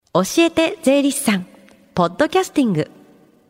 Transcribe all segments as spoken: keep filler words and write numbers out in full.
教えて税理士さんポッドキャスティング。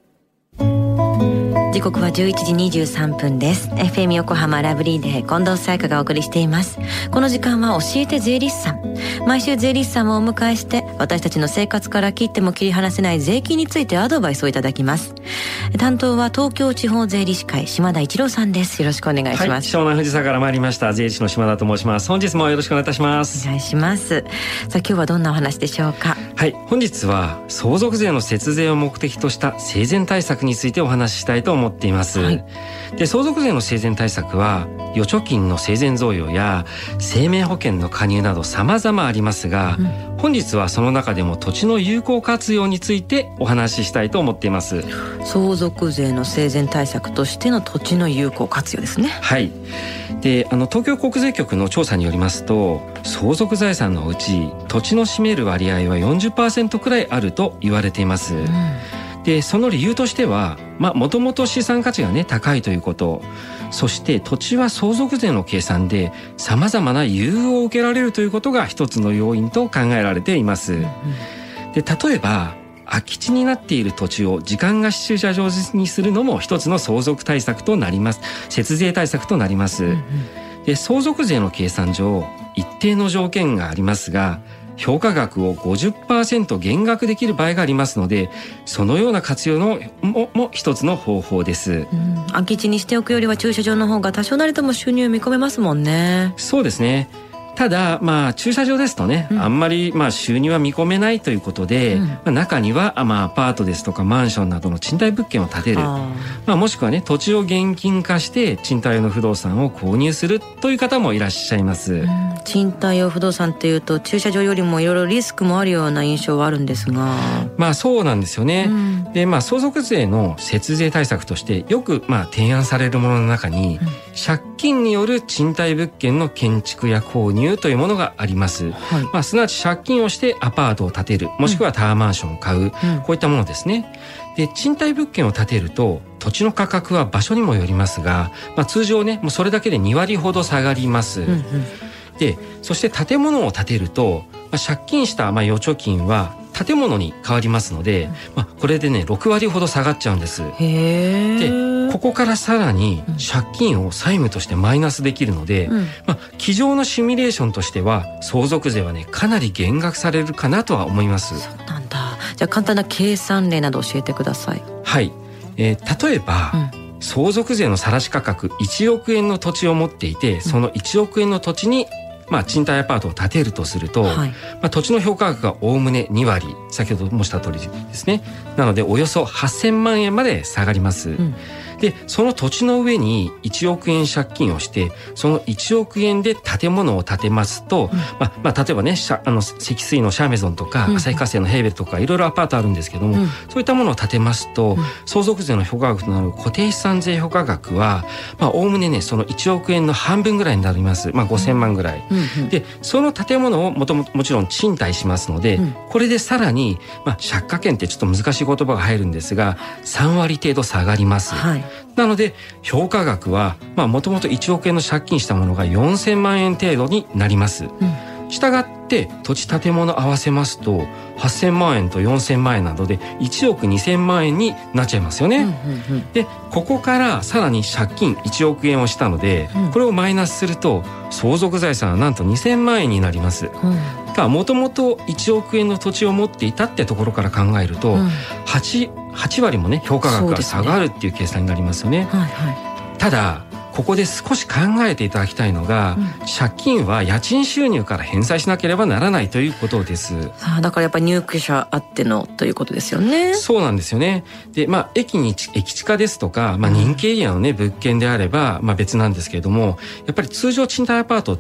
時刻はじゅういちじにじゅうさんぷんです。 エフエム 横浜ラブリーデー近藤沙耶香がお送りしています。この時間は教えて税理士さん。毎週税理士さんをお迎えして私たちの生活から切っても切り離せない税金についてアドバイスをいただきます。担当は東京地方税理士会島田一郎さんです。よろしくお願いします。はい、 湘南藤沢から参りました税理士の島田と申します。本日もよろしくお願いいたします。 お願いします。さあ今日はどんなお話でしょうか。 はい、本日は相続税の節税を目的とした生前対策についてお話ししたいと思っています。はい、で相続税の生前対策は預貯金の生前贈与や生命保険の加入など様々ありますが、うん、本日はその中でも土地の有効活用についてお話ししたいと思っています。 相続税の生前対策としての土地の有効活用ですね。 はい。であの東京国税局の調査によりますと、相続財産のうち土地の占める割合は よんじゅっパーセント くらいあると言われています。うん、でその理由としてはもともと資産価値がね高いということ、そして土地は相続税の計算でさまざまな優遇を受けられるということが一つの要因と考えられています。うん、で例えば空き地になっている土地を時間貸し駐車場にするのも一つの相続対策となります。節税対策となります。うんうん、で相続税の計算上一定の条件がありますが、評価額を ごじゅっパーセント 減額できる場合がありますので、そのような活用の も, も一つの方法です。 うん、空き地にしておくよりは駐車場の方が多少なりとも収入を見込めますもんね。 そうですね。ただ、まあ、駐車場ですとね、うん、あんまり、まあ、収入は見込めないということで、うんまあ、中には、まあ、アパートですとかマンションなどの賃貸物件を建てる、あ、まあ、もしくはね土地を現金化して賃貸用の不動産を購入するという方もいらっしゃいます。うん、 賃貸用不動産っていうと駐車場よりもいろいろリスクもあるような印象はあるんですが、 まあそうなんですよね。うん、で、まあ、相続税の節税対策としてよく、まあ、提案されるものの中に、うん、借金による賃貸物件の建築や購入というものがあります。はい、まあ、すなわち借金をしてアパートを建てる、もしくはタワーマンションを買う、うん、こういったものですね。で賃貸物件を建てると土地の価格は場所にもよりますが、まあ、通常ねもうそれだけでにわりほど下がります。うんうん、でそして建物を建てると、まあ、借金したまあ預貯金は建物に変わりますので、まあ、これでねろくわりほど下がっちゃうんです。 へでここからさらに借金を債務としてマイナスできるので、うんまあ、机上のシミュレーションとしては相続税はねかなり減額されるかなとは思います。 そうなんだ。じゃあ簡単な計算例など教えてください。 はい、えー、例えば、うん、相続税の晒し価格いちおくえんの土地を持っていて、そのいちおくえんの土地にまあ、賃貸アパートを建てるとすると、はいまあ、土地の評価額がおおむねにわり、先ほど申した通りですね。なのでおよそはっせんまんえんまで下がります。うん、でその土地の上にいちおくえん借金をして、そのいちおくえんで建物を建てますと、うんまあまあ、例えばねあの積水のシャーメゾンとか、うん、旭化成のヘーベルとかいろいろアパートあるんですけども、うん、そういったものを建てますと、うん、相続税の評価額となる固定資産税評価額はおおむねねそのいちおくえんの半分ぐらいになります。まあ、ごせんまんぐらい。うんでその建物をもともともちろん賃貸しますので、うん、これでさらに、まあ、借家権ってちょっと難しい言葉が入るんですがさんわり程度下がります。はい、なので評価額はもともといちおくえんの借金したものがよんせんまんえん程度になります。うんしたがって土地建物合わせますとはっせんまんえんとよんせんまんえんなどでいちおくにせんまんえんになっちゃいますよね。うんうんうん、でここからさらに借金いちおくえんをしたので、うん、これをマイナスすると相続財産はなんとにせんまんえんになります。もともといちおくえんの土地を持っていたってところから考えると、うん、8, 8割もね評価額が下がるっていう計算になりますよね。はいはい、ただここで少し考えていただきたいのが、うん、借金は家賃収入から返済しなければならないということです。 あだからやっぱり入居者あってのということですよね。 そうなんですよね。で、まあ、駅に駅地下ですとか、まあ、人気エリアの、ね、物件であれば、まあ、別なんですけれどもやっぱり通常賃貸アパートって、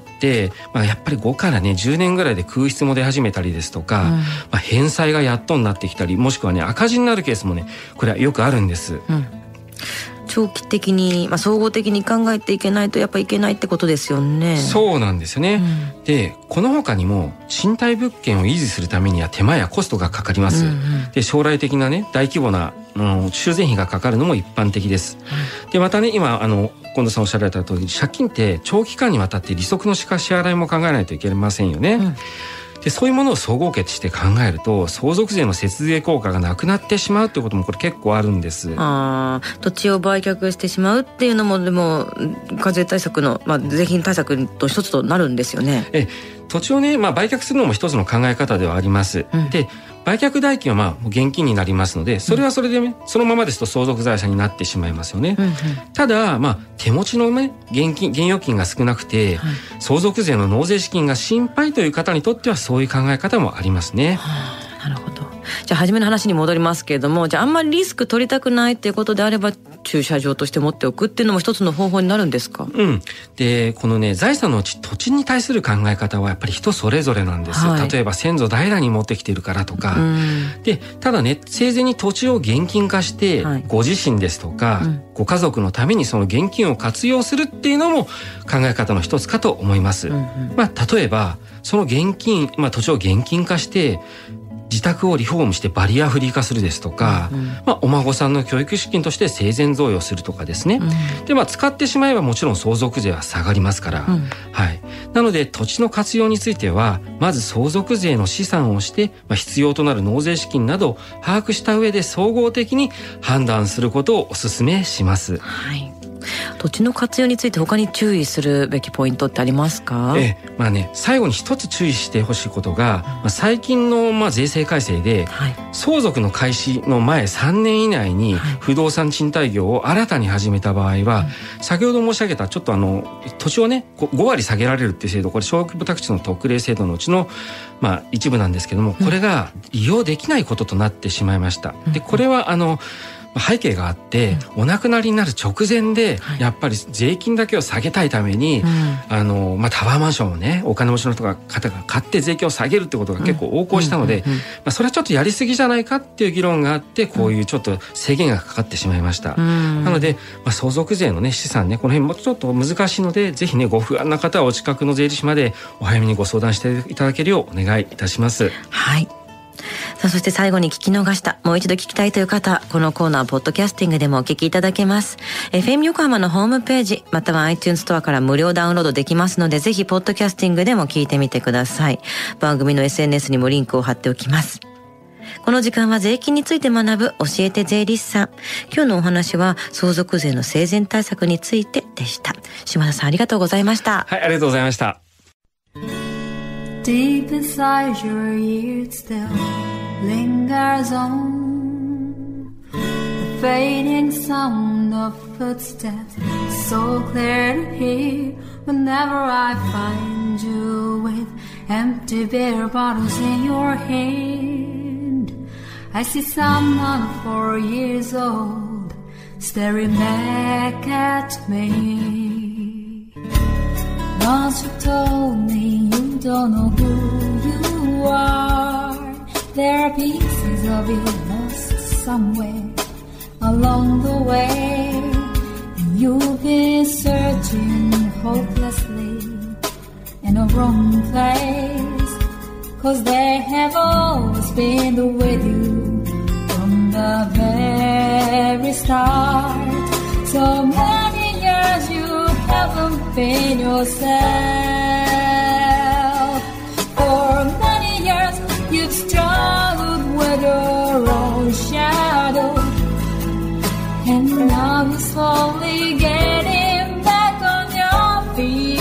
まあ、やっぱりごからねじゅうねんぐらいで空室も出始めたりですとか、うんまあ、返済がやっとになってきたりもしくはね赤字になるケースもねこれはよくあるんです。うん長期的に、まあ、総合的に考えていけないとやっぱいけないってことですよね。 そうなんですよね。うん、でこの他にも賃貸物件を維持するためには手間やコストがかかります。うんうん、で将来的なね大規模な、うん、修繕費がかかるのも一般的です。うん、でまたね今あの近藤さんおっしゃられた通り借金って長期間にわたって利息の支払いも考えないといけませんよね。うんでそういうものを総合決して考えると相続税の節税効果がなくなってしまうということもこれ結構あるんです。 あ土地を売却してしまうっていうのもでも課税対策の、まあ、税金対策と一つとなるんですよね。 え土地をね、まあ、売却するのも一つの考え方ではあります、うん、で売却代金はまあ現金になりますのでそれはそれで、ね、そのままですと相続財産になってしまいますよね、うんうん、ただ、まあ、手持ちの、ね、現金現預金が少なくて、はい、相続税の納税資金が心配という方にとってはそういう考え方もありますね。 はあ、なるほど。じゃあ初めの話に戻りますけれども、じゃああんまりリスク取りたくないっていうことであれば駐車場として持っておくっていうのも一つの方法になるんですか？ うん。でこのね財産のうち土地に対する考え方はやっぱり人それぞれなんです、はい、例えば先祖代々に持ってきているからとか、うん、でただね生前に土地を現金化して、はい、ご自身ですとか、うん、ご家族のためにその現金を活用するっていうのも考え方の一つかと思います、うんうん、まあ例えばその現金、まあ、土地を現金化して自宅をリフォームしてバリアフリー化するですとか、うんまあ、お孫さんの教育資金として生前贈与するとかですね、うんでまあ、使ってしまえばもちろん相続税は下がりますから、うんはい、なので土地の活用についてはまず相続税の試算をして、まあ、必要となる納税資金などを把握した上で総合的に判断することをお勧めします。 はい土地の活用について他に注意するべきポイントってありますか？ ええまあね、最後に一つ注意してほしいことが、まあ、最近のまあ税制改正で、はい、相続の開始の前さんねん以内に不動産賃貸業を新たに始めた場合は、はい、先ほど申し上げたちょっとあの土地をねご割下げられるっていう制度これ小規模宅地の特例制度のうちのまあ一部なんですけどもこれが利用できないこととなってしまいました。でこれはあの背景があって、うん、お亡くなりになる直前で、はい、やっぱり税金だけを下げたいために、うん、あのまあ、タワーマンションをねお金持ちの人が方が買って税金を下げるってことが結構横行したので、まあ、それはちょっとやりすぎじゃないかっていう議論があってこういうちょっと制限がかかってしまいました、うん、なので、まあ、相続税のね資産ねこの辺もちょっと難しいのでぜひねご不安な方はお近くの税理士までお早めにご相談していただけるようお願いいたします。 はいさあそして最後に聞き逃したもう一度聞きたいという方このコーナーポッドキャスティングでもお聞きいただけます。 エフエム 横浜のホームページまたは iTunes ストアから無料ダウンロードできますのでぜひポッドキャスティングでも聞いてみてください。番組の エスエヌエス にもリンクを貼っておきます。この時間は税金について学ぶ教えて税理士さん。今日のお話は相続税の生前対策についてでした。島田さんありがとうございました。 はいありがとうございました。 Deep inside your ears still lingers on the fading sound of footsteps, so clear to hear whenever I find you with empty beer bottles in your hand. I see someone four years old staring back at me. Once you told me you don't know who you are.There are pieces of you lost somewhere along the way, and you've been searching hopelessly in a wrong place, 'cause they have always been with you from the very start. So many years you haven't been yourself. For many years you've struggled with your own shadow, and now you're slowly getting back on your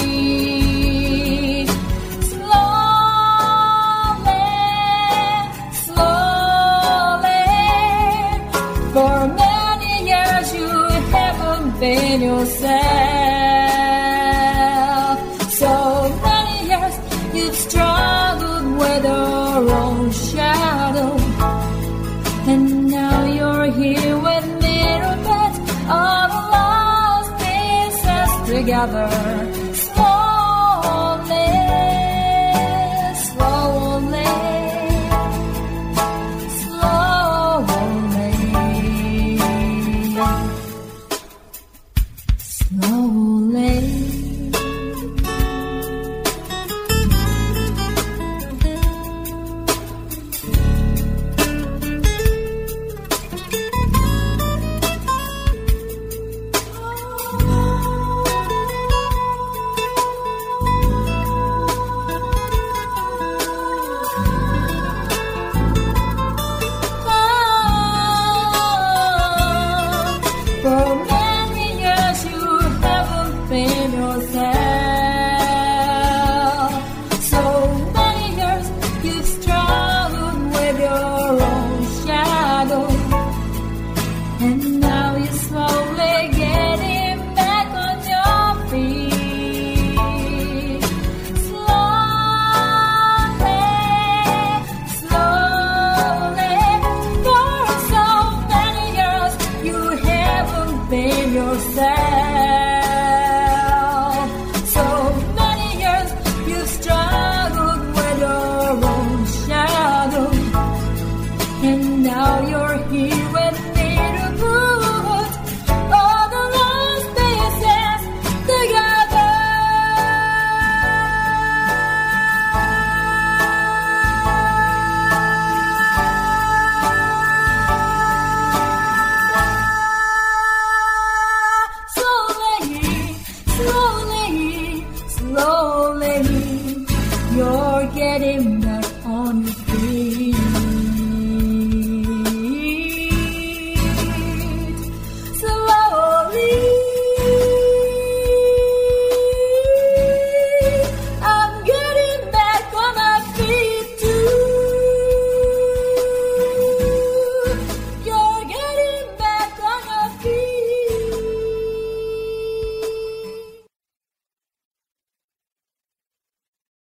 feet. Slowly, slowly. For many years you haven't been yourself. So many years you've struggled with your own shadow, and now you're here with me to put all the lost pieces together. Slowly, slowly, slowly, slowly.「 slowly you're getting